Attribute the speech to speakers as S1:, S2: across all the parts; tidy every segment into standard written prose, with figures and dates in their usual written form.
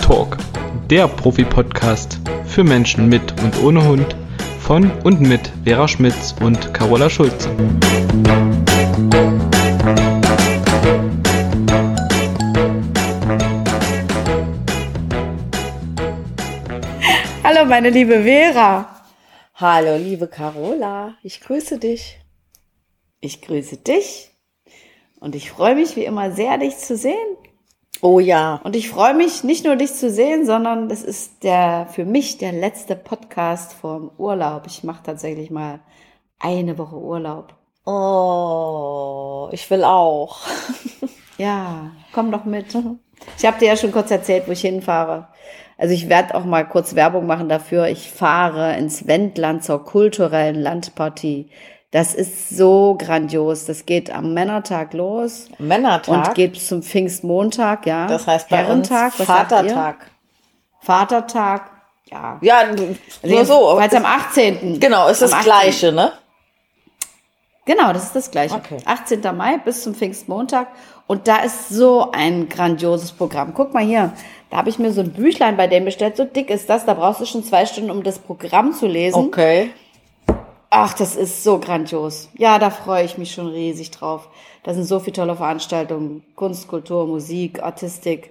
S1: Talk, der Profi-Podcast für Menschen mit und ohne Hund von und mit Vera Schmitz und Carola Schulze.
S2: Hallo meine liebe Vera.
S3: Hallo liebe Carola, ich grüße dich.
S2: Ich grüße dich und ich freue mich wie immer sehr, dich zu sehen.
S3: Oh ja.
S2: Und ich freue mich nicht nur, dich zu sehen, sondern das ist für mich der letzte Podcast vorm Urlaub. Ich mache tatsächlich mal eine Woche Urlaub.
S3: Oh, ich will auch.
S2: Ja, komm doch mit. Ich habe dir ja schon kurz erzählt, wo ich hinfahre. Also ich werde auch mal kurz Werbung machen dafür. Ich fahre ins Wendland zur kulturellen Landpartie. Das ist so grandios. Das geht am Männertag los.
S3: Männertag?
S2: Und geht bis zum Pfingstmontag, ja.
S3: Das heißt bei
S2: Herrentag,
S3: uns Vatertag.
S2: Vatertag, ja.
S3: Ja, nur so.
S2: Weil es am 18.
S3: Genau, ist das Gleiche, ne?
S2: Genau, das ist das Gleiche.
S3: Okay.
S2: 18. Mai bis zum Pfingstmontag. Und da ist so ein grandioses Programm. Guck mal hier, da habe ich mir so ein Büchlein bei dem bestellt. So dick ist das, da brauchst du schon 2 Stunden, um das Programm zu lesen.
S3: Okay.
S2: Ach, das ist so grandios. Ja, da freue ich mich schon riesig drauf. Da sind so viele tolle Veranstaltungen. Kunst, Kultur, Musik, Artistik,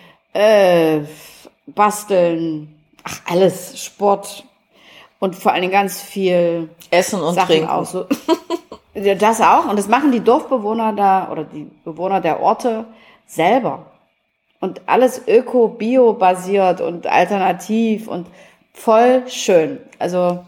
S2: Basteln, ach alles, Sport und vor allen Dingen ganz viel
S3: Essen und
S2: Sachen
S3: Trinken.
S2: Auch so. Ja, das auch. Und das machen die Dorfbewohner da oder die Bewohner der Orte selber. Und alles öko-bio-basiert und alternativ und voll schön. Also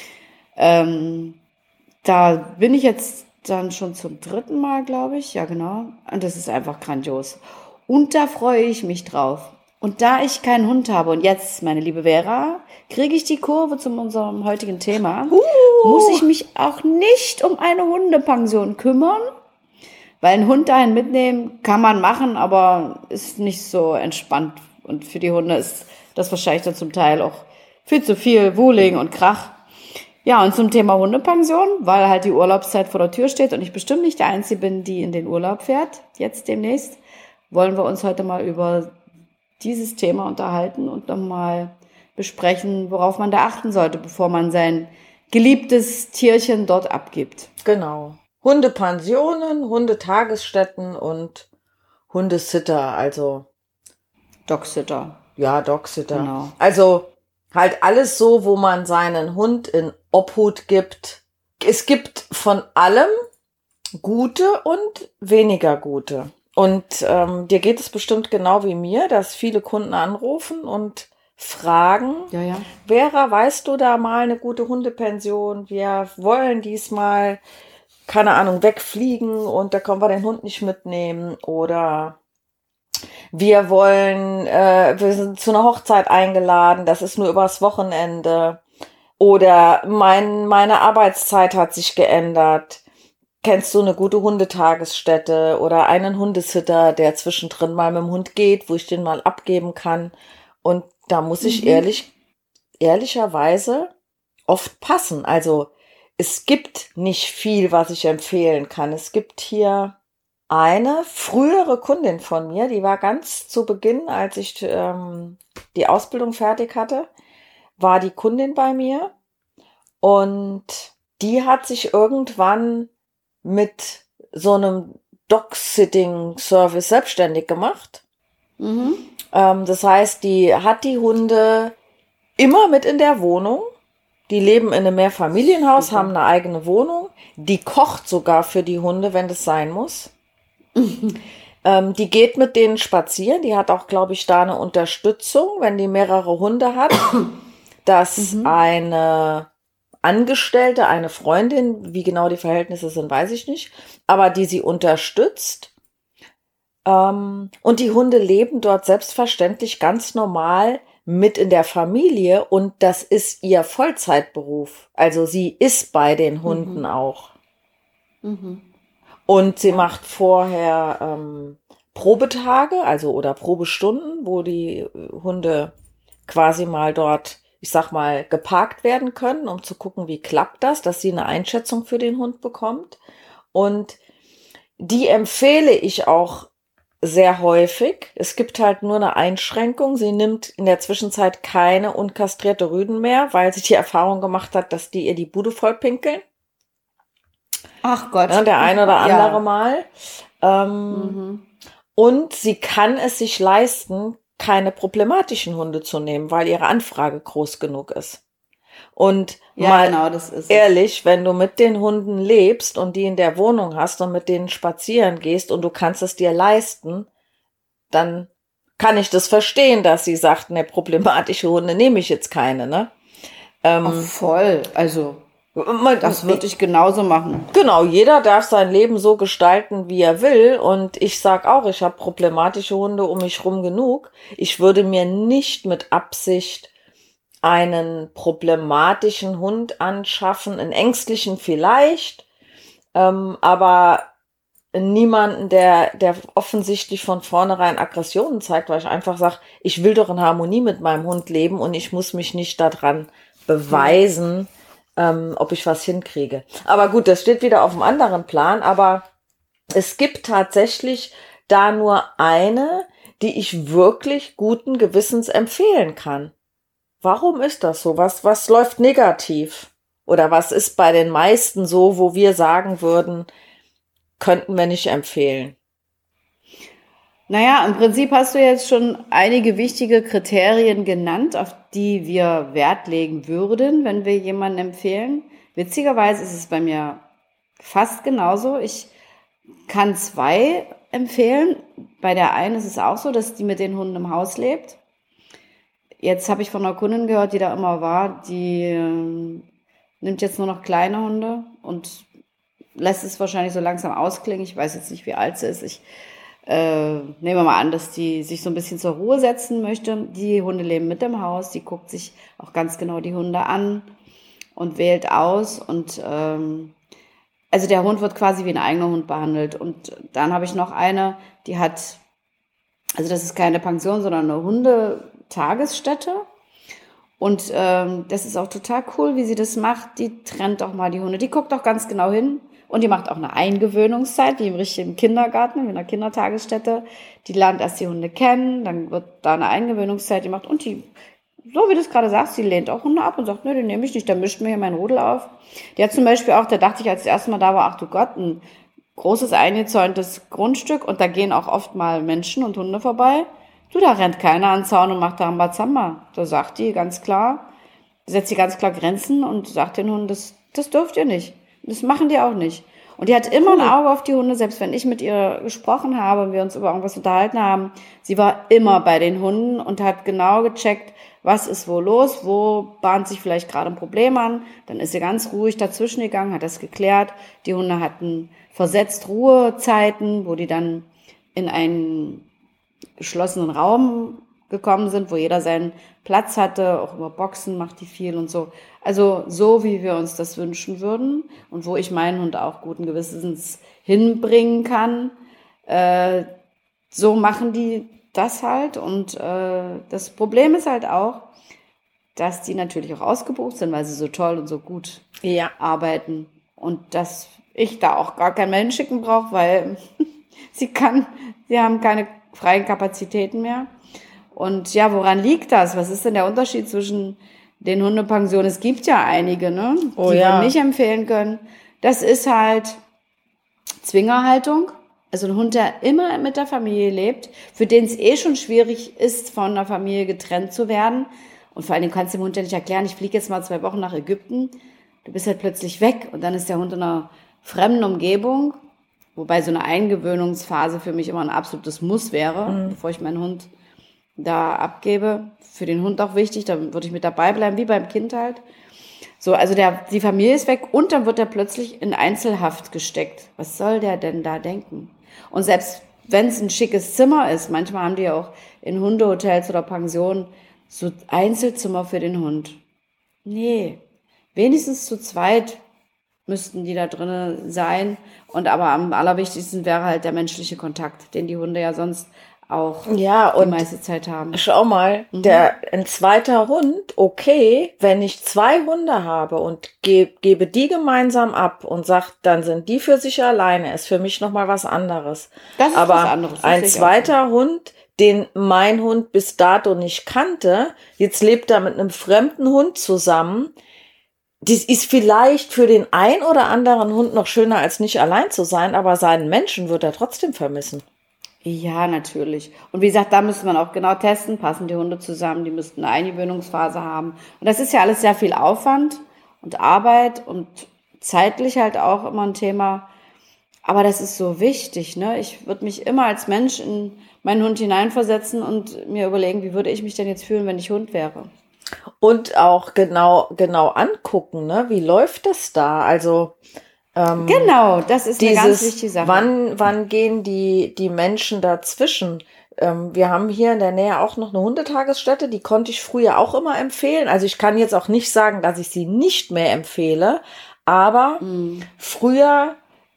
S2: da bin ich jetzt dann schon zum 3. Mal, glaube ich. Ja, genau. Und das ist einfach grandios. Und da freue ich mich drauf. Und da ich keinen Hund habe und jetzt, meine liebe Vera, kriege ich die Kurve zu unserem heutigen Thema, muss ich mich auch nicht um eine Hundepension kümmern, weil einen Hund dahin mitnehmen kann man machen, aber ist nicht so entspannt. Und für die Hunde ist das wahrscheinlich dann zum Teil auch viel zu viel Wuling und Krach. Ja, und zum Thema Hundepension, weil halt die Urlaubszeit vor der Tür steht und ich bestimmt nicht der Einzige bin, die in den Urlaub fährt, jetzt demnächst, wollen wir uns heute mal über dieses Thema unterhalten und nochmal besprechen, worauf man da achten sollte, bevor man sein geliebtes Tierchen dort abgibt.
S3: Genau. Hundepensionen, Hundetagesstätten und Hundesitter, also
S2: Dogsitter.
S3: Ja, Dogsitter.
S2: Genau.
S3: Also halt alles so, wo man seinen Hund in Obhut gibt. Es gibt von allem gute und weniger gute. Und dir geht es bestimmt genau wie mir, dass viele Kunden anrufen und fragen,
S2: Ja.
S3: Vera, weißt du da mal eine gute Hundepension? Wir wollen diesmal, keine Ahnung, wegfliegen und da können wir den Hund nicht mitnehmen. Oder wir sind zu einer Hochzeit eingeladen, das ist nur übers Wochenende. Oder meine Arbeitszeit hat sich geändert. Kennst du eine gute Hundetagesstätte oder einen Hundesitter, der zwischendrin mal mit dem Hund geht, wo ich den mal abgeben kann? Und da muss ich ehrlicherweise oft passen. Also es gibt nicht viel, was ich empfehlen kann. Es gibt hier eine frühere Kundin von mir, die war ganz zu Beginn, als ich die Ausbildung fertig hatte, war die Kundin bei mir und die hat sich irgendwann mit so einem Dog-Sitting-Service selbstständig gemacht. Das heißt, die hat die Hunde immer mit in der Wohnung. Die leben in einem Mehrfamilienhaus, haben eine eigene Wohnung. Die kocht sogar für die Hunde, wenn das sein muss. Die geht mit denen spazieren. Die hat auch, glaube ich, da eine Unterstützung, wenn die mehrere Hunde hat, dass eine Angestellte, eine Freundin, wie genau die Verhältnisse sind, weiß ich nicht, aber die sie unterstützt. Und die Hunde leben dort selbstverständlich ganz normal mit in der Familie und das ist ihr Vollzeitberuf. Also sie ist bei den Hunden auch. Und sie macht vorher Probetage, oder Probestunden, wo die Hunde quasi mal dort, ich sag mal, geparkt werden können, um zu gucken, wie klappt das, dass sie eine Einschätzung für den Hund bekommt. Und die empfehle ich auch sehr häufig. Es gibt halt nur eine Einschränkung. Sie nimmt in der Zwischenzeit keine unkastrierte Rüden mehr, weil sie die Erfahrung gemacht hat, dass die ihr die Bude voll pinkeln.
S2: Ach Gott.
S3: Ja, der ein oder andere
S2: Ja.
S3: Mal. Und sie kann es sich leisten, keine problematischen Hunde zu nehmen, weil ihre Anfrage groß genug ist. Und
S2: Ja,
S3: mal
S2: genau, das ist es.
S3: ehrlich, wenn du mit den Hunden lebst und die in der Wohnung hast und mit denen spazieren gehst und du kannst es dir leisten, dann kann ich das verstehen, dass sie sagt, ne, problematische Hunde nehme ich jetzt keine, ne?
S2: Voll. Also, das würde ich genauso machen.
S3: Genau, jeder darf sein Leben so gestalten, wie er will. Und ich sag auch, ich habe problematische Hunde um mich rum genug. Ich würde mir nicht mit Absicht einen problematischen Hund anschaffen, einen ängstlichen vielleicht, aber niemanden, der offensichtlich von vornherein Aggressionen zeigt, weil ich einfach sage, ich will doch in Harmonie mit meinem Hund leben und ich muss mich nicht daran beweisen, ob ich was hinkriege. Aber gut, das steht wieder auf einem anderen Plan, aber es gibt tatsächlich da nur eine, die ich wirklich guten Gewissens empfehlen kann. Warum ist das so? Was läuft negativ? Oder was ist bei den meisten so, wo wir sagen würden, könnten wir nicht empfehlen?
S2: Naja, im Prinzip hast du jetzt schon einige wichtige Kriterien genannt, auf die wir Wert legen würden, wenn wir jemanden empfehlen. Witzigerweise ist es bei mir fast genauso. Ich kann 2 empfehlen. Bei der einen ist es auch so, dass die mit den Hunden im Haus lebt. Jetzt habe ich von einer Kundin gehört, die da immer war, die nimmt jetzt nur noch kleine Hunde und lässt es wahrscheinlich so langsam ausklingen. Ich weiß jetzt nicht, wie alt sie ist. Ich nehme mal an, dass die sich so ein bisschen zur Ruhe setzen möchte. Die Hunde leben mit im Haus. Die guckt sich auch ganz genau die Hunde an und wählt aus. Und also der Hund wird quasi wie ein eigener Hund behandelt. Und dann habe ich noch eine, die hat, also das ist keine Pension, sondern eine Hundetagesstätte. Und das ist auch total cool, wie sie das macht. Die trennt auch mal die Hunde. Die guckt auch ganz genau hin. Und die macht auch eine Eingewöhnungszeit, wie im richtigen Kindergarten, wie in einer Kindertagesstätte. Die lernt erst die Hunde kennen, dann wird da eine Eingewöhnungszeit gemacht. Und die, so wie du es gerade sagst, die lehnt auch Hunde ab und sagt, nö, den nehme ich nicht, dann mischt mir hier meinen Rudel auf. Die hat zum Beispiel auch, da dachte ich, als ich das erste Mal da war, ach du Gott, ein großes eingezäuntes Grundstück und da gehen auch oft mal Menschen und Hunde vorbei. Du, da rennt keiner an den Zaun und macht da Rambazamba. Da sagt die ganz klar, setzt die ganz klar Grenzen und sagt den Hunden, das dürft ihr nicht. Das machen die auch nicht. Und die hat immer ein Auge auf die Hunde, selbst wenn ich mit ihr gesprochen habe und wir uns über irgendwas unterhalten haben. Sie war immer bei den Hunden und hat genau gecheckt, was ist wo los, wo bahnt sich vielleicht gerade ein Problem an. Dann ist sie ganz ruhig dazwischen gegangen, hat das geklärt. Die Hunde hatten versetzt Ruhezeiten, wo die dann in einen geschlossenen Raum gekommen sind, wo jeder seinen Platz hatte, auch über Boxen macht die viel und so. Also so, wie wir uns das wünschen würden und wo ich meinen Hund auch guten Gewissens hinbringen kann. So machen die das halt und das Problem ist halt auch, dass die natürlich auch ausgebucht sind, weil sie so toll und so gut arbeiten und dass ich da auch gar keinen Menschen schicken brauche, weil sie haben keine freien Kapazitäten mehr. Und ja, woran liegt das? Was ist denn der Unterschied zwischen den Hundepensionen? Es gibt ja einige, ne, die wir nicht empfehlen können. Das ist halt Zwingerhaltung. Also ein Hund, der immer mit der Familie lebt, für den es eh schon schwierig ist, von der Familie getrennt zu werden. Und vor allen Dingen kannst du dem Hund ja nicht erklären, ich fliege jetzt mal 2 Wochen nach Ägypten. Du bist halt plötzlich weg und dann ist der Hund in einer fremden Umgebung. Wobei so eine Eingewöhnungsphase für mich immer ein absolutes Muss wäre, bevor ich meinen Hund da abgebe. Für den Hund auch wichtig, da würde ich mit dabei bleiben, wie beim Kind halt. So, also die Familie ist weg und dann wird er plötzlich in Einzelhaft gesteckt. Was soll der denn da denken? Und selbst wenn es ein schickes Zimmer ist, manchmal haben die ja auch in Hundehotels oder Pensionen so Einzelzimmer für den Hund. Nee, wenigstens zu zweit müssten die da drinnen sein. Und aber am allerwichtigsten wäre halt der menschliche Kontakt, den die Hunde ja sonst auch
S3: Ja,
S2: die
S3: und
S2: meiste Zeit haben.
S3: schau mal, ein zweiter Hund, okay, wenn ich 2 Hunde habe und gebe die gemeinsam ab und sag, dann sind die für sich alleine, ist für mich nochmal was anderes.
S2: Das ist
S3: Aber
S2: was anderes. Das
S3: ein
S2: sehe ich auch
S3: zweiter Hund, den mein Hund bis dato nicht kannte, jetzt lebt er mit einem fremden Hund zusammen. Das ist vielleicht für den ein oder anderen Hund noch schöner, als nicht allein zu sein, aber seinen Menschen wird er trotzdem vermissen.
S2: Ja, natürlich. Und wie gesagt, da müsste man auch genau testen, passen die Hunde zusammen, die müssten eine Eingewöhnungsphase haben. Und das ist ja alles sehr viel Aufwand und Arbeit und zeitlich halt auch immer ein Thema. Aber das ist so wichtig, ne? Ich würde mich immer als Mensch in meinen Hund hineinversetzen und mir überlegen, wie würde ich mich denn jetzt fühlen, wenn ich Hund wäre.
S3: Und auch genau angucken, ne? Wie läuft das da? Also
S2: Genau, das ist eine ganz wichtige Sache.
S3: wann gehen die Menschen dazwischen? Wir haben hier in der Nähe auch noch eine Hundetagesstätte, die konnte ich früher auch immer empfehlen. Also ich kann jetzt auch nicht sagen, dass ich sie nicht mehr empfehle, aber früher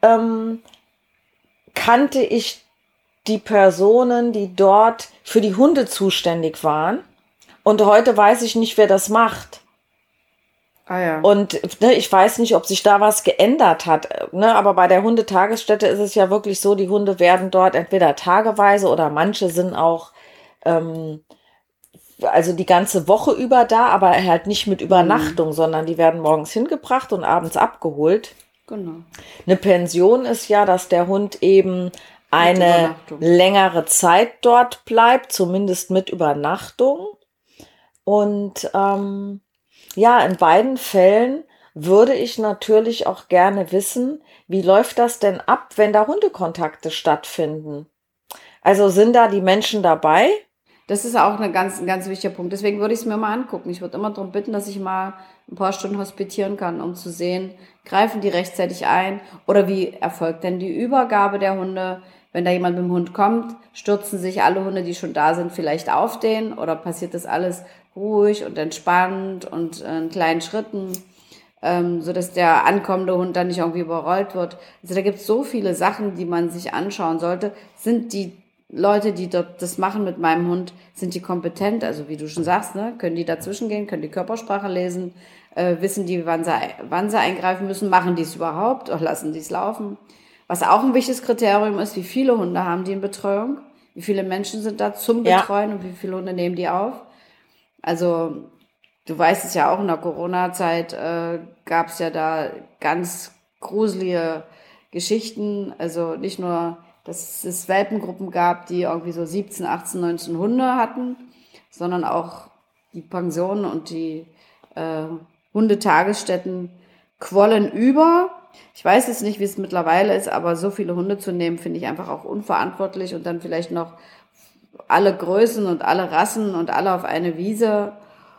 S3: kannte ich die Personen, die dort für die Hunde zuständig waren. Und heute weiß ich nicht, wer das macht.
S2: Ah ja.
S3: Und ne, ich weiß nicht, ob sich da was geändert hat. Ne? Aber bei der Hundetagesstätte ist es ja wirklich so, die Hunde werden dort entweder tageweise oder manche sind auch also die ganze Woche über da, aber halt nicht mit Übernachtung, sondern die werden morgens hingebracht und abends abgeholt.
S2: Genau.
S3: Eine Pension ist ja, dass der Hund eben eine
S2: Übernachtung.
S3: längere Zeit dort bleibt, zumindest mit Übernachtung. Und ja, in beiden Fällen würde ich natürlich auch gerne wissen, wie läuft das denn ab, wenn da Hundekontakte stattfinden? Also sind da die Menschen dabei?
S2: Das ist auch ein ganz wichtiger Punkt. Deswegen würde ich es mir mal angucken. Ich würde immer darum bitten, dass ich mal ein paar Stunden hospitieren kann, um zu sehen, greifen die rechtzeitig ein oder wie erfolgt denn die Übergabe der Hunde? Wenn da jemand mit dem Hund kommt, stürzen sich alle Hunde, die schon da sind, vielleicht auf den oder passiert das alles ruhig und entspannt und in kleinen Schritten, sodass der ankommende Hund dann nicht irgendwie überrollt wird. Also da gibt es so viele Sachen, die man sich anschauen sollte. Sind die Leute, die dort das machen mit meinem Hund, sind die kompetent? Also wie du schon sagst, ne? Können die dazwischen gehen, können die Körpersprache lesen, wissen die, wann sie eingreifen müssen, machen die es überhaupt oder lassen die es laufen? Was auch ein wichtiges Kriterium ist, wie viele Hunde haben die in Betreuung? Wie viele Menschen sind da zum Betreuen und wie viele Hunde nehmen die auf? Also du weißt es ja auch, in der Corona-Zeit gab es ja da ganz gruselige Geschichten. Also nicht nur, dass es Welpengruppen gab, die irgendwie so 17, 18, 19 Hunde hatten, sondern auch die Pensionen und die Hundetagesstätten quollen über. Ich weiß jetzt nicht, wie es mittlerweile ist, aber so viele Hunde zu nehmen, finde ich einfach auch unverantwortlich und dann vielleicht noch alle Größen und alle Rassen und alle auf eine Wiese.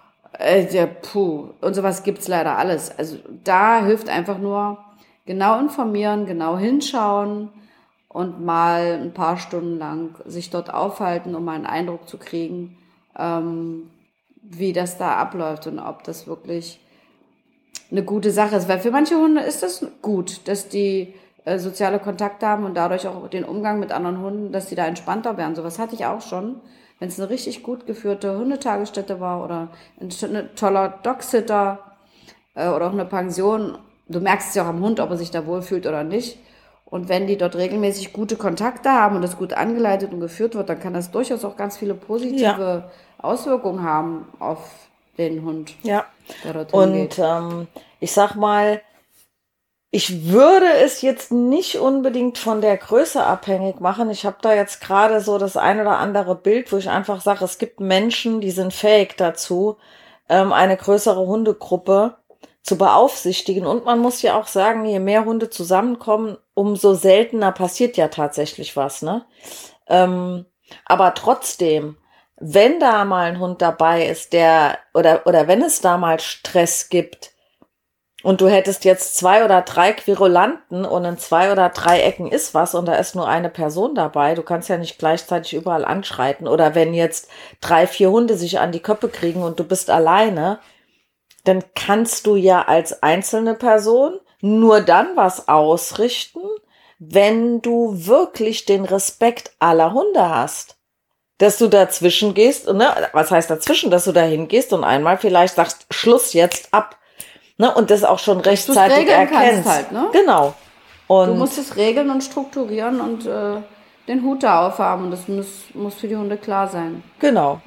S2: Und sowas gibt's leider alles. Also da hilft einfach nur genau informieren, genau hinschauen und mal ein paar Stunden lang sich dort aufhalten, um mal einen Eindruck zu kriegen, wie das da abläuft und ob das wirklich eine gute Sache ist. Weil für manche Hunde ist das gut, dass die soziale Kontakte haben und dadurch auch den Umgang mit anderen Hunden, dass die da entspannter werden. Sowas hatte ich auch schon. Wenn es eine richtig gut geführte Hundetagesstätte war oder ein toller Dogsitter oder auch eine Pension, du merkst es ja auch am Hund, ob er sich da wohlfühlt oder nicht. Und wenn die dort regelmäßig gute Kontakte haben und das gut angeleitet und geführt wird, dann kann das durchaus auch ganz viele positive Auswirkungen haben auf den Hund.
S3: Ja.
S2: Der dort
S3: Und ich sag mal, ich würde es jetzt nicht unbedingt von der Größe abhängig machen. Ich habe da jetzt gerade so das ein oder andere Bild, wo ich einfach sage, es gibt Menschen, die sind fähig dazu, eine größere Hundegruppe zu beaufsichtigen. Und man muss ja auch sagen, je mehr Hunde zusammenkommen, umso seltener passiert ja tatsächlich was, ne? Aber trotzdem, wenn da mal ein Hund dabei ist, oder wenn es da mal Stress gibt und du hättest jetzt 2 oder 3 Querulanten und in 2 oder 3 Ecken ist was und da ist nur eine Person dabei, du kannst ja nicht gleichzeitig überall anschreiten. Oder wenn jetzt 3, 4 Hunde sich an die Köppe kriegen und du bist alleine, dann kannst du ja als einzelne Person nur dann was ausrichten, wenn du wirklich den Respekt aller Hunde hast. dass du dazwischen gehst, ne? Was heißt dazwischen, dass du da hingehst und einmal vielleicht sagst, Schluss jetzt ab, ne? Und das auch schon rechtzeitig erkennst.
S2: Halt, ne?
S3: Genau.
S2: Und du musst es regeln und strukturieren und den Hut da aufhaben und das muss für die Hunde klar sein.
S3: Genau.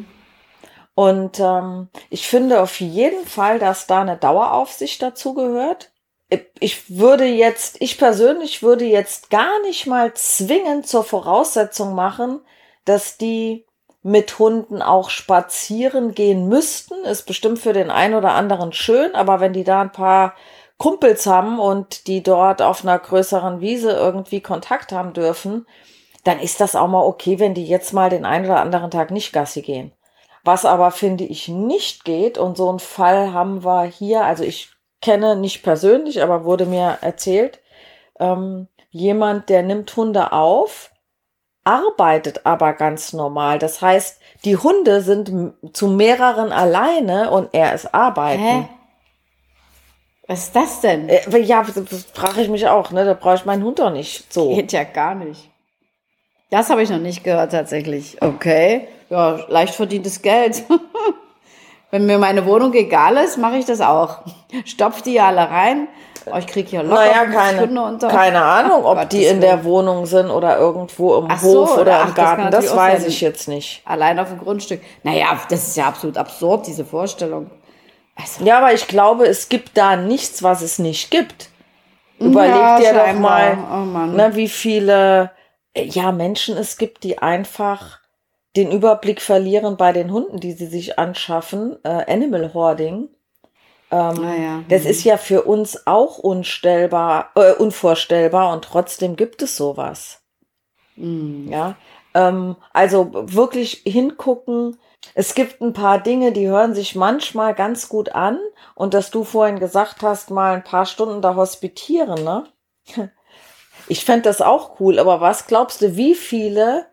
S3: Und ich finde auf jeden Fall, dass da eine Daueraufsicht dazu gehört. Ich persönlich würde jetzt gar nicht mal zwingend zur Voraussetzung machen, dass die mit Hunden auch spazieren gehen müssten. Ist bestimmt für den einen oder anderen schön, aber wenn die da ein paar Kumpels haben und die dort auf einer größeren Wiese irgendwie Kontakt haben dürfen, dann ist das auch mal okay, wenn die jetzt mal den einen oder anderen Tag nicht Gassi gehen. Was aber, finde ich, nicht geht, und so einen Fall haben wir hier, also ich kenne nicht persönlich, aber wurde mir erzählt, jemand, der nimmt Hunde auf, arbeitet aber ganz normal. Das heißt, die Hunde sind zu mehreren alleine und er ist arbeiten.
S2: Hä? Was ist das denn?
S3: Ja, das frage ich mich auch, ne? Da brauche ich meinen Hund doch nicht so.
S2: Geht ja gar nicht. Das habe ich noch nicht gehört tatsächlich. Okay, ja, leicht verdientes Geld. Wenn mir meine Wohnung egal ist, mache ich das auch. Stopf die alle rein. Oh, ich kriege hier locker
S3: keine Ahnung, ob die in der Wohnung sind oder irgendwo im Hof oder im Garten. Das weiß ich jetzt nicht.
S2: Allein auf dem Grundstück. Naja, das ist ja absolut absurd, diese Vorstellung. Also,
S3: ja, aber ich glaube, es gibt da nichts, was es nicht gibt. Überleg dir doch mal, wie viele Menschen es gibt, die einfach den Überblick verlieren bei den Hunden, die sie sich anschaffen. Animal Hoarding. Das ist ja für uns auch unvorstellbar und trotzdem gibt es sowas. Ja, also wirklich hingucken. Es gibt ein paar Dinge, die hören sich manchmal ganz gut an, und dass du vorhin gesagt hast, mal ein paar Stunden da hospitieren, ne? Ich fände das auch cool, aber was glaubst du, wie viele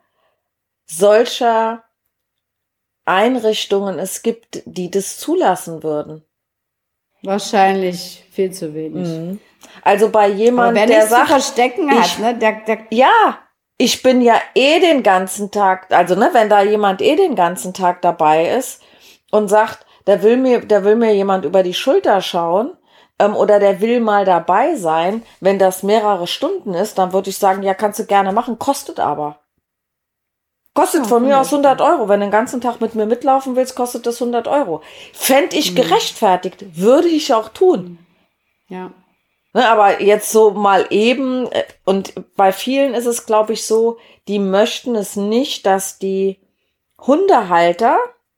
S3: solcher Einrichtungen es gibt, die das zulassen würden?
S2: Wahrscheinlich viel zu wenig.
S3: Also bei jemandem, der sagt,
S2: zu verstecken hat, ne?
S3: Ja, ich bin ja den ganzen Tag, also ne, wenn da jemand den ganzen Tag dabei ist und sagt, da will mir jemand über die Schulter schauen, oder der will mal dabei sein, wenn das mehrere Stunden ist, dann würde ich sagen, ja, kannst du gerne machen, kostet aber. Kostet von mir aus 100 Euro. Wenn du den ganzen Tag mit mir mitlaufen willst, kostet das 100 Euro. Fände ich gerechtfertigt. Würde ich auch tun.
S2: Ja.
S3: Ne, aber jetzt so mal eben, und bei vielen ist es, glaube ich, so, die möchten es nicht, dass die Hundehalter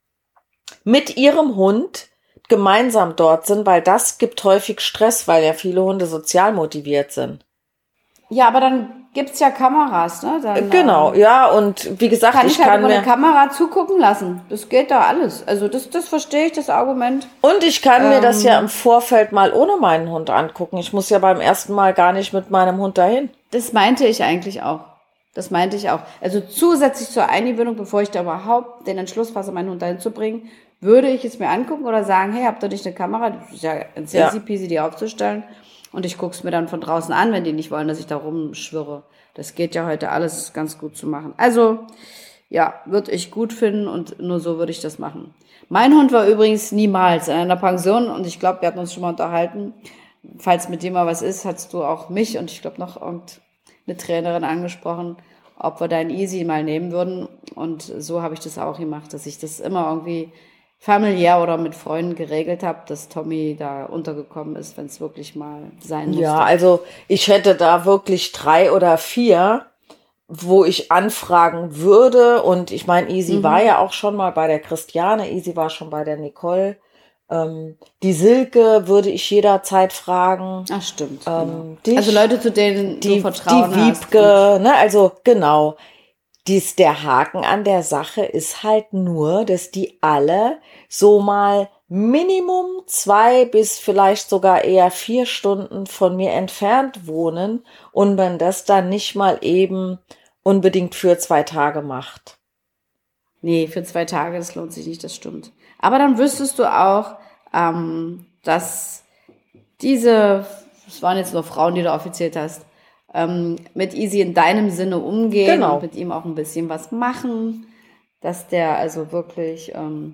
S3: mit ihrem Hund gemeinsam dort sind, weil das gibt häufig Stress, weil ja viele Hunde sozial motiviert sind.
S2: Ja, aber dann gibt's ja Kameras, ne? Dann,
S3: genau, ja, und wie gesagt,
S2: ich kann mir eine Kamera zugucken lassen. Das geht doch alles. Also das verstehe ich, das Argument.
S3: Und ich kann mir das ja im Vorfeld mal ohne meinen Hund angucken. Ich muss ja beim ersten Mal gar nicht mit meinem Hund dahin.
S2: Das meinte ich eigentlich auch. Also zusätzlich zur Eingewöhnung, bevor ich da überhaupt den Entschluss fasse, meinen Hund dahin zu bringen, würde ich es mir angucken oder sagen, hey, habt ihr nicht eine Kamera? Das ist ja sehr easy peasy, die aufzustellen. Und ich gucke es mir dann von draußen an, wenn die nicht wollen, dass ich da rumschwirre. Das geht ja heute alles ganz gut zu machen. Also, ja, würde ich gut finden und nur so würde ich das machen. Mein Hund war übrigens niemals in einer Pension und ich glaube, wir hatten uns schon mal unterhalten. Falls mit dir mal was ist, hast du auch mich und ich glaube noch irgendeine Trainerin angesprochen, ob wir dein Easy mal nehmen würden. Und so habe ich das auch gemacht, dass ich das immer irgendwie familiär oder mit Freunden geregelt habe, dass Tommy da untergekommen ist, wenn es wirklich mal sein musste.
S3: Ja, also ich hätte da wirklich 3 oder 4, wo ich anfragen würde. Und ich meine, Easy war ja auch schon mal bei der Christiane, Easy war schon bei der Nicole. Die Silke würde ich jederzeit fragen.
S2: Ach, stimmt.
S3: Also
S2: Leute, zu denen du Vertrauen
S3: hast. Die Wiebke, ne, also genau. Der Haken an der Sache ist halt nur, dass die alle so mal Minimum 2 bis vielleicht sogar eher 4 Stunden von mir entfernt wohnen und man das dann nicht mal eben unbedingt für 2 Tage macht.
S2: Nee, für 2 Tage, das lohnt sich nicht, das stimmt. Aber dann wüsstest du auch, dass es waren jetzt nur Frauen, die du offiziert hast, mit Easy in deinem Sinne umgehen und mit ihm auch ein bisschen was machen. dass der also wirklich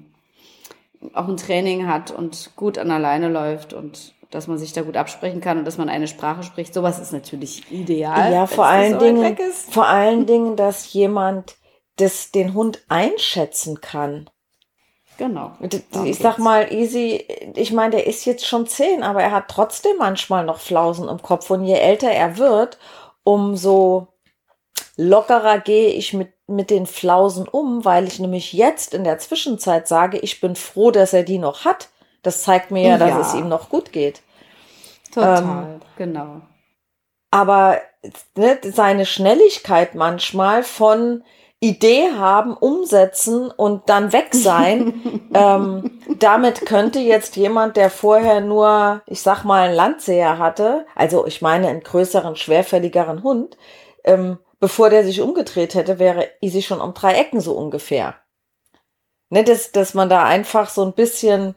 S2: auch ein Training hat und gut an alleine läuft und dass man sich da gut absprechen kann und dass man eine Sprache spricht. Sowas ist natürlich ideal.
S3: Ja, vor allen Dingen, dass jemand den Hund einschätzen kann.
S2: Genau.
S3: Ich sag mal, Easy, ich meine, der ist jetzt schon 10, aber er hat trotzdem manchmal noch Flausen im Kopf. Und je älter er wird, umso lockerer gehe ich mit den Flausen um, weil ich nämlich jetzt in der Zwischenzeit sage, ich bin froh, dass er die noch hat. Das zeigt mir ja, dass es ihm noch gut geht.
S2: Total, genau.
S3: Aber ne, seine Schnelligkeit manchmal von Idee haben, umsetzen und dann weg sein, damit könnte jetzt jemand, der vorher nur, ich sag mal, einen Landseher hatte, also ich meine einen größeren, schwerfälligeren Hund, bevor der sich umgedreht hätte, wäre Easy schon um 3 Ecken so ungefähr. Ne, dass man da einfach so ein bisschen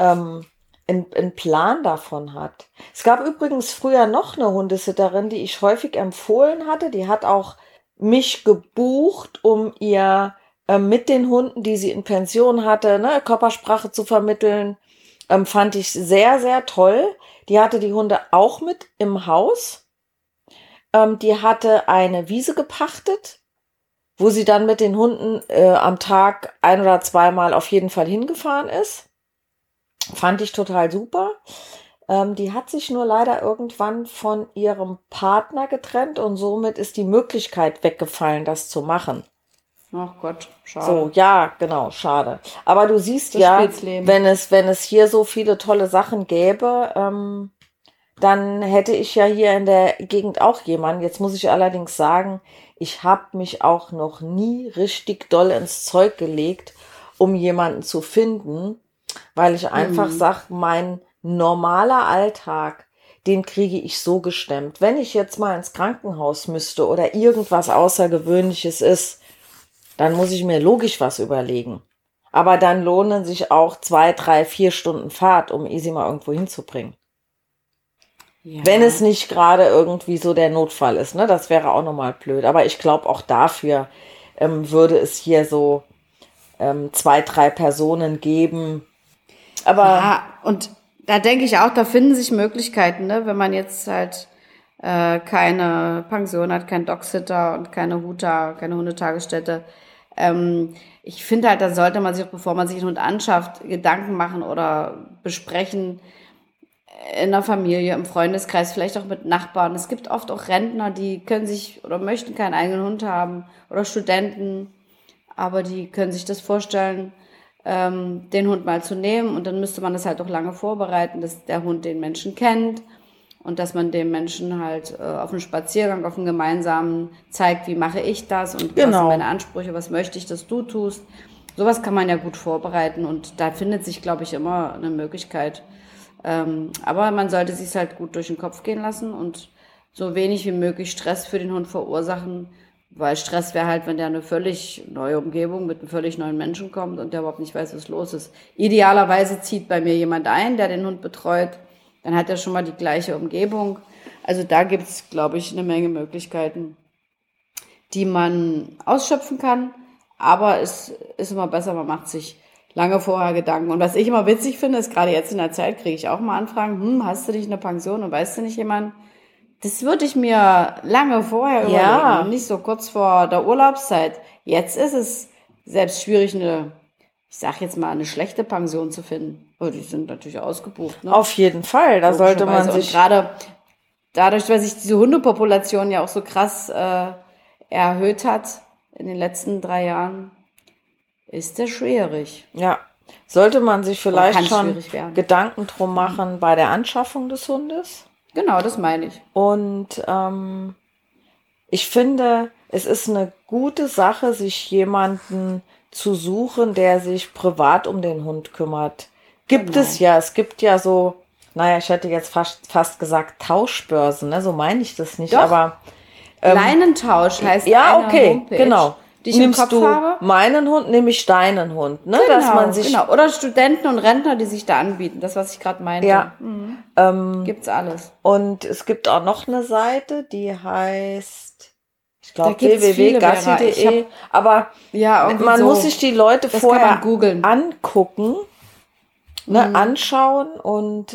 S3: einen Plan davon hat. Es gab übrigens früher noch eine Hundesitterin, die ich häufig empfohlen hatte. Die hat auch mich gebucht, um ihr mit den Hunden, die sie in Pension hatte, ne, Körpersprache zu vermitteln. Fand ich sehr, sehr toll. Die hatte die Hunde auch mit im Haus. Die hatte eine Wiese gepachtet, wo sie dann mit den Hunden am Tag 1 oder 2 Mal auf jeden Fall hingefahren ist. Fand ich total super. Die hat sich nur leider irgendwann von ihrem Partner getrennt und somit ist die Möglichkeit weggefallen, das zu machen.
S2: Ach Gott, schade.
S3: So, ja, genau, schade. Aber du siehst
S2: Das
S3: ja,
S2: Spielsleben.
S3: wenn es hier so viele tolle Sachen gäbe, dann hätte ich ja hier in der Gegend auch jemanden. Jetzt muss ich allerdings sagen, ich habe mich auch noch nie richtig doll ins Zeug gelegt, um jemanden zu finden, weil ich einfach sage, mein normaler Alltag, den kriege ich so gestemmt. Wenn ich jetzt mal ins Krankenhaus müsste oder irgendwas Außergewöhnliches ist, dann muss ich mir logisch was überlegen. Aber dann lohnen sich auch 2, 3, 4 Stunden Fahrt, um Easy mal irgendwo hinzubringen. Ja. Wenn es nicht gerade irgendwie so der Notfall ist, ne? Das wäre auch nochmal blöd. Aber ich glaube, auch dafür würde es hier so 2, 3 Personen geben. Aber
S2: ja, und da denke ich auch, da finden sich Möglichkeiten, ne? Wenn man jetzt halt keine Pension hat, kein Dogsitter und keine Huta, keine Hundetagesstätte. Ich finde halt, da sollte man sich, bevor man sich einen Hund anschafft, Gedanken machen oder besprechen in der Familie, im Freundeskreis, vielleicht auch mit Nachbarn. Es gibt oft auch Rentner, die können sich oder möchten keinen eigenen Hund haben oder Studenten, aber die können sich das vorstellen, den Hund mal zu nehmen und dann müsste man das halt auch lange vorbereiten, dass der Hund den Menschen kennt und dass man dem Menschen halt auf einem Spaziergang, auf einem gemeinsamen zeigt, wie mache ich das und was sind meine Ansprüche, was möchte ich, dass du tust. Sowas kann man ja gut vorbereiten und da findet sich, glaube ich, immer eine Möglichkeit. Aber man sollte sich halt gut durch den Kopf gehen lassen und so wenig wie möglich Stress für den Hund verursachen, weil Stress wäre halt, wenn der eine völlig neue Umgebung mit einem völlig neuen Menschen kommt und der überhaupt nicht weiß, was los ist. Idealerweise zieht bei mir jemand ein, der den Hund betreut, dann hat er schon mal die gleiche Umgebung. Also da gibt's, glaube ich, eine Menge Möglichkeiten, die man ausschöpfen kann, aber es ist immer besser, man macht sich lange vorher Gedanken. Und was ich immer witzig finde, ist gerade jetzt in der Zeit, kriege ich auch mal Anfragen, hast du nicht eine Pension und weißt du nicht jemanden? Das würde ich mir lange vorher überlegen und nicht so kurz vor der Urlaubszeit. Jetzt ist es selbst schwierig, ich sag jetzt mal, eine schlechte Pension zu finden. Aber die sind natürlich ausgebucht. Ne?
S3: Auf jeden Fall, da sollte man sich...
S2: Und gerade dadurch, dass sich diese Hundepopulation ja auch so krass erhöht hat in den letzten 3 Jahren, ist das schwierig.
S3: Ja, sollte man sich vielleicht schon
S2: Gedanken
S3: drum machen bei der Anschaffung des Hundes.
S2: Genau, das meine ich.
S3: Und ich finde, es ist eine gute Sache, sich jemanden zu suchen, der sich privat um den Hund kümmert. Es gibt ja so, ich hätte jetzt fast gesagt Tauschbörsen, ne? So meine ich das nicht,
S2: Doch.
S3: Aber
S2: Leinentausch heißt
S3: ja,
S2: eine
S3: okay,
S2: Homepage,
S3: genau.
S2: die ich
S3: Nimmst
S2: im Kopf
S3: du
S2: habe.
S3: meinen Hund, nehme ich deinen Hund, ne?
S2: Genau,
S3: Dass man sich
S2: Oder Studenten und Rentner, die sich da anbieten. Das, was ich gerade meinte.
S3: Ja.
S2: Gibt's alles.
S3: Und es gibt auch noch eine Seite, die heißt, Ich glaube
S2: gibt's viele, Vera. Ich
S3: www.gassi.de. Aber
S2: Ja, irgendwie
S3: man
S2: so.
S3: muss sich die Leute
S2: Das kann man
S3: vorher
S2: googeln.
S3: angucken, ne, anschauen und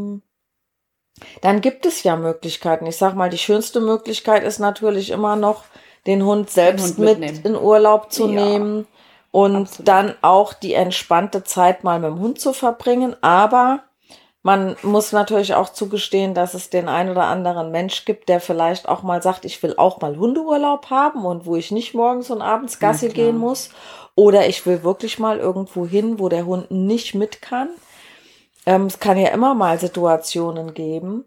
S3: dann gibt es ja Möglichkeiten. Ich sag mal, die schönste Möglichkeit ist natürlich immer noch, den Hund selbst mit
S2: mitnehmen.
S3: in Urlaub zu
S2: Ja,
S3: nehmen und
S2: absolut.
S3: dann auch die entspannte Zeit mal mit dem Hund zu verbringen. Aber man muss natürlich auch zugestehen, dass es den ein oder anderen Mensch gibt, der vielleicht auch mal sagt, ich will auch mal Hundeurlaub haben und wo ich nicht morgens und abends Gassi
S2: klar.
S3: gehen muss. Oder ich will wirklich mal irgendwo hin, wo der Hund nicht mit kann. Es kann ja immer mal Situationen geben.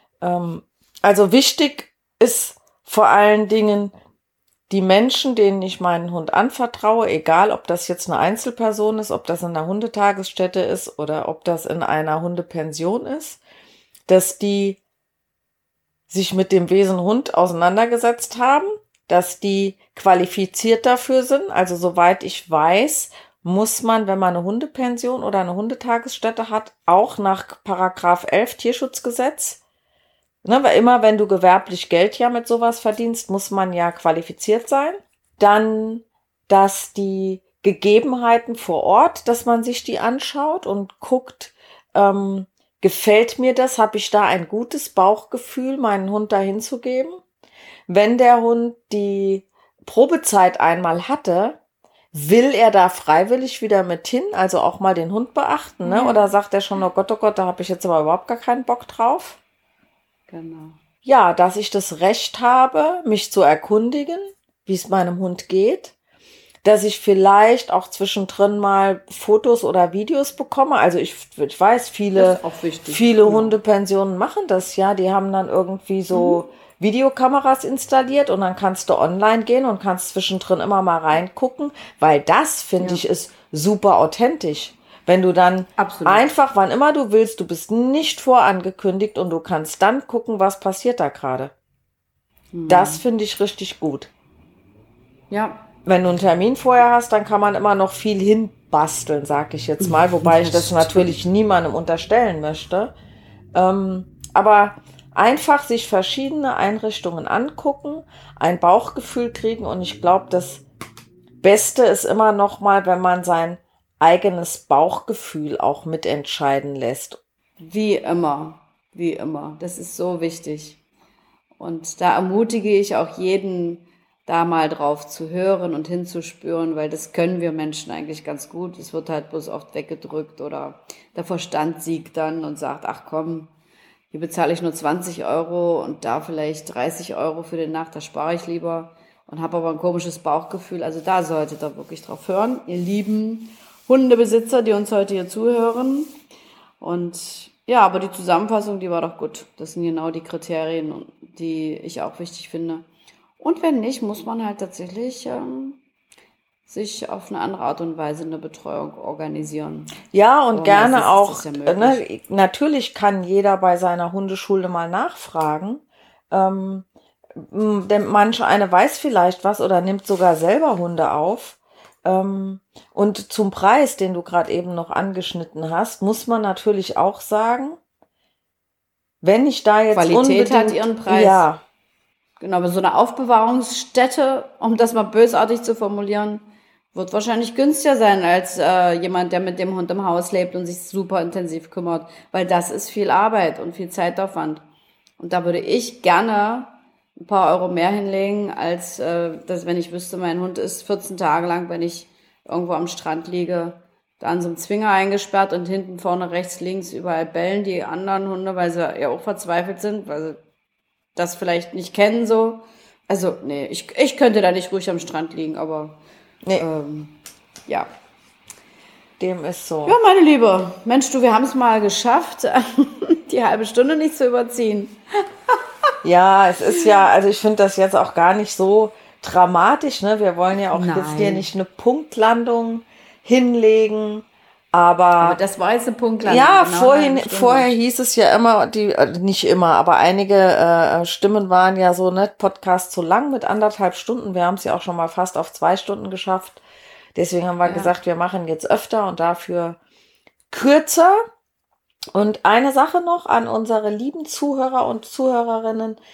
S3: Also wichtig ist vor allen Dingen die Menschen, denen ich meinen Hund anvertraue, egal ob das jetzt eine Einzelperson ist, ob das in einer Hundetagesstätte ist oder ob das in einer Hundepension ist, dass die sich mit dem Wesen Hund auseinandergesetzt haben, dass die qualifiziert dafür sind. Also soweit ich weiß, muss man, wenn man eine Hundepension oder eine Hundetagesstätte hat, auch nach Paragraph 11 Tierschutzgesetz, ne, weil immer wenn du gewerblich Geld ja mit sowas verdienst, muss man ja qualifiziert sein. Dann, dass die Gegebenheiten vor Ort, dass man sich die anschaut und guckt, gefällt mir das? Habe ich da ein gutes Bauchgefühl, meinen Hund dahin zu geben? Wenn der Hund die Probezeit einmal hatte, will er da freiwillig wieder mit hin, also auch mal den Hund beachten, ne?
S2: Ja.
S3: Oder sagt er schon, oh Gott, da habe ich jetzt aber überhaupt gar keinen Bock drauf?
S2: Genau.
S3: Ja, dass ich das Recht habe, mich zu erkundigen, wie es meinem Hund geht, dass ich vielleicht auch zwischendrin mal Fotos oder Videos bekomme. Also ich weiß,
S2: Das
S3: viele
S2: ist auch wichtig.
S3: Hundepensionen machen das ja. Die haben dann irgendwie so Videokameras installiert und dann kannst du online gehen und kannst zwischendrin immer mal reingucken, weil das, finde ich, ist super authentisch. Wenn du dann
S2: Absolut.
S3: einfach, wann immer du willst, du bist nicht vorangekündigt und du kannst dann gucken, was passiert da gerade. Das finde ich richtig gut.
S2: Ja,
S3: Wenn du einen Termin vorher hast, dann kann man immer noch viel hinbasteln, sag ich jetzt mal, wobei ich das natürlich niemandem unterstellen möchte. Aber einfach sich verschiedene Einrichtungen angucken, ein Bauchgefühl kriegen und ich glaube, das Beste ist immer noch mal, wenn man sein eigenes Bauchgefühl auch mitentscheiden lässt.
S2: wie immer. Wie immer. Das ist so wichtig. Und da ermutige ich auch jeden, da mal drauf zu hören und hinzuspüren, weil das können wir Menschen eigentlich ganz gut. Es wird halt bloß oft weggedrückt oder der Verstand siegt dann und sagt, ach komm, hier bezahle ich nur 20 € und da vielleicht 30 € für die Nacht, da spare ich lieber und habe aber ein komisches Bauchgefühl. Also da solltet ihr wirklich drauf hören, ihr lieben Hundebesitzer, die uns heute hier zuhören. Und ja, aber die Zusammenfassung, die war doch gut. Das sind genau die Kriterien, die ich auch wichtig finde. Und wenn nicht, muss man halt tatsächlich sich auf eine andere Art und Weise eine Betreuung organisieren.
S3: Ja, und
S2: Aber
S3: gerne
S2: meistens
S3: auch,
S2: ist das ja möglich.
S3: ne, natürlich kann jeder bei seiner Hundeschule mal nachfragen. Denn manche eine weiß vielleicht was oder nimmt sogar selber Hunde auf. Und zum Preis, den du gerade eben noch angeschnitten hast, muss man natürlich auch sagen, wenn ich da jetzt
S2: Qualität hat
S3: unbedingt,
S2: ihren Preis.
S3: ja,
S2: Genau, aber so eine Aufbewahrungsstätte, um das mal bösartig zu formulieren, wird wahrscheinlich günstiger sein als jemand, der mit dem Hund im Haus lebt und sich super intensiv kümmert, weil das ist viel Arbeit und viel Zeitaufwand. Und da würde ich gerne ein paar Euro mehr hinlegen, als dass, wenn ich wüsste, mein Hund ist 14 Tage lang, wenn ich irgendwo am Strand liege, da an so einem Zwinger eingesperrt und hinten, vorne, rechts, links überall bellen die anderen Hunde, weil sie ja auch verzweifelt sind, weil sie das vielleicht nicht kennen so. Also, nee, ich könnte da nicht ruhig am Strand liegen, aber
S3: nee,
S2: ja.
S3: dem ist so.
S2: Ja, meine Liebe, Mensch, du, wir haben es mal geschafft, die halbe Stunde nicht zu überziehen.
S3: Ja, es ist ja, also ich finde das jetzt auch gar nicht so dramatisch, ne? Wir wollen ja auch jetzt hier nicht eine Punktlandung hinlegen, aber
S2: das war jetzt eine Punktlandung.
S3: ja,
S2: genau
S3: vorher hieß es ja immer, nicht immer, aber einige Stimmen waren ja so, ne, Podcast zu lang mit 1,5 Stunden. Wir haben es ja auch schon mal fast auf 2 Stunden geschafft. Deswegen haben wir gesagt, wir machen jetzt öfter und dafür kürzer. Und eine Sache noch an unsere lieben Zuhörer und Zuhörerinnen.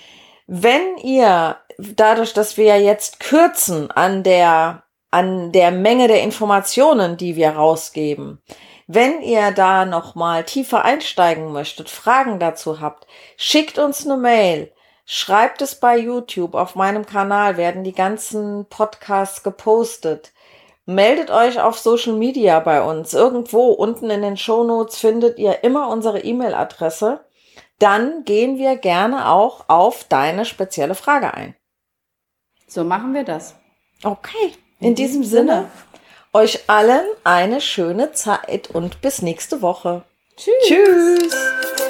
S3: Wenn ihr, dadurch, dass wir ja jetzt kürzen an der Menge der Informationen, die wir rausgeben, wenn ihr da nochmal tiefer einsteigen möchtet, Fragen dazu habt, schickt uns eine Mail, schreibt es bei YouTube, auf meinem Kanal werden die ganzen Podcasts gepostet. Meldet euch auf Social Media bei uns. Irgendwo unten in den Shownotes findet ihr immer unsere E-Mail-Adresse. Dann gehen wir gerne auch auf deine spezielle Frage ein.
S2: So machen wir das.
S3: Okay, in diesem Sinne, euch allen eine schöne Zeit und bis nächste Woche.
S2: Tschüss.
S3: Tschüss.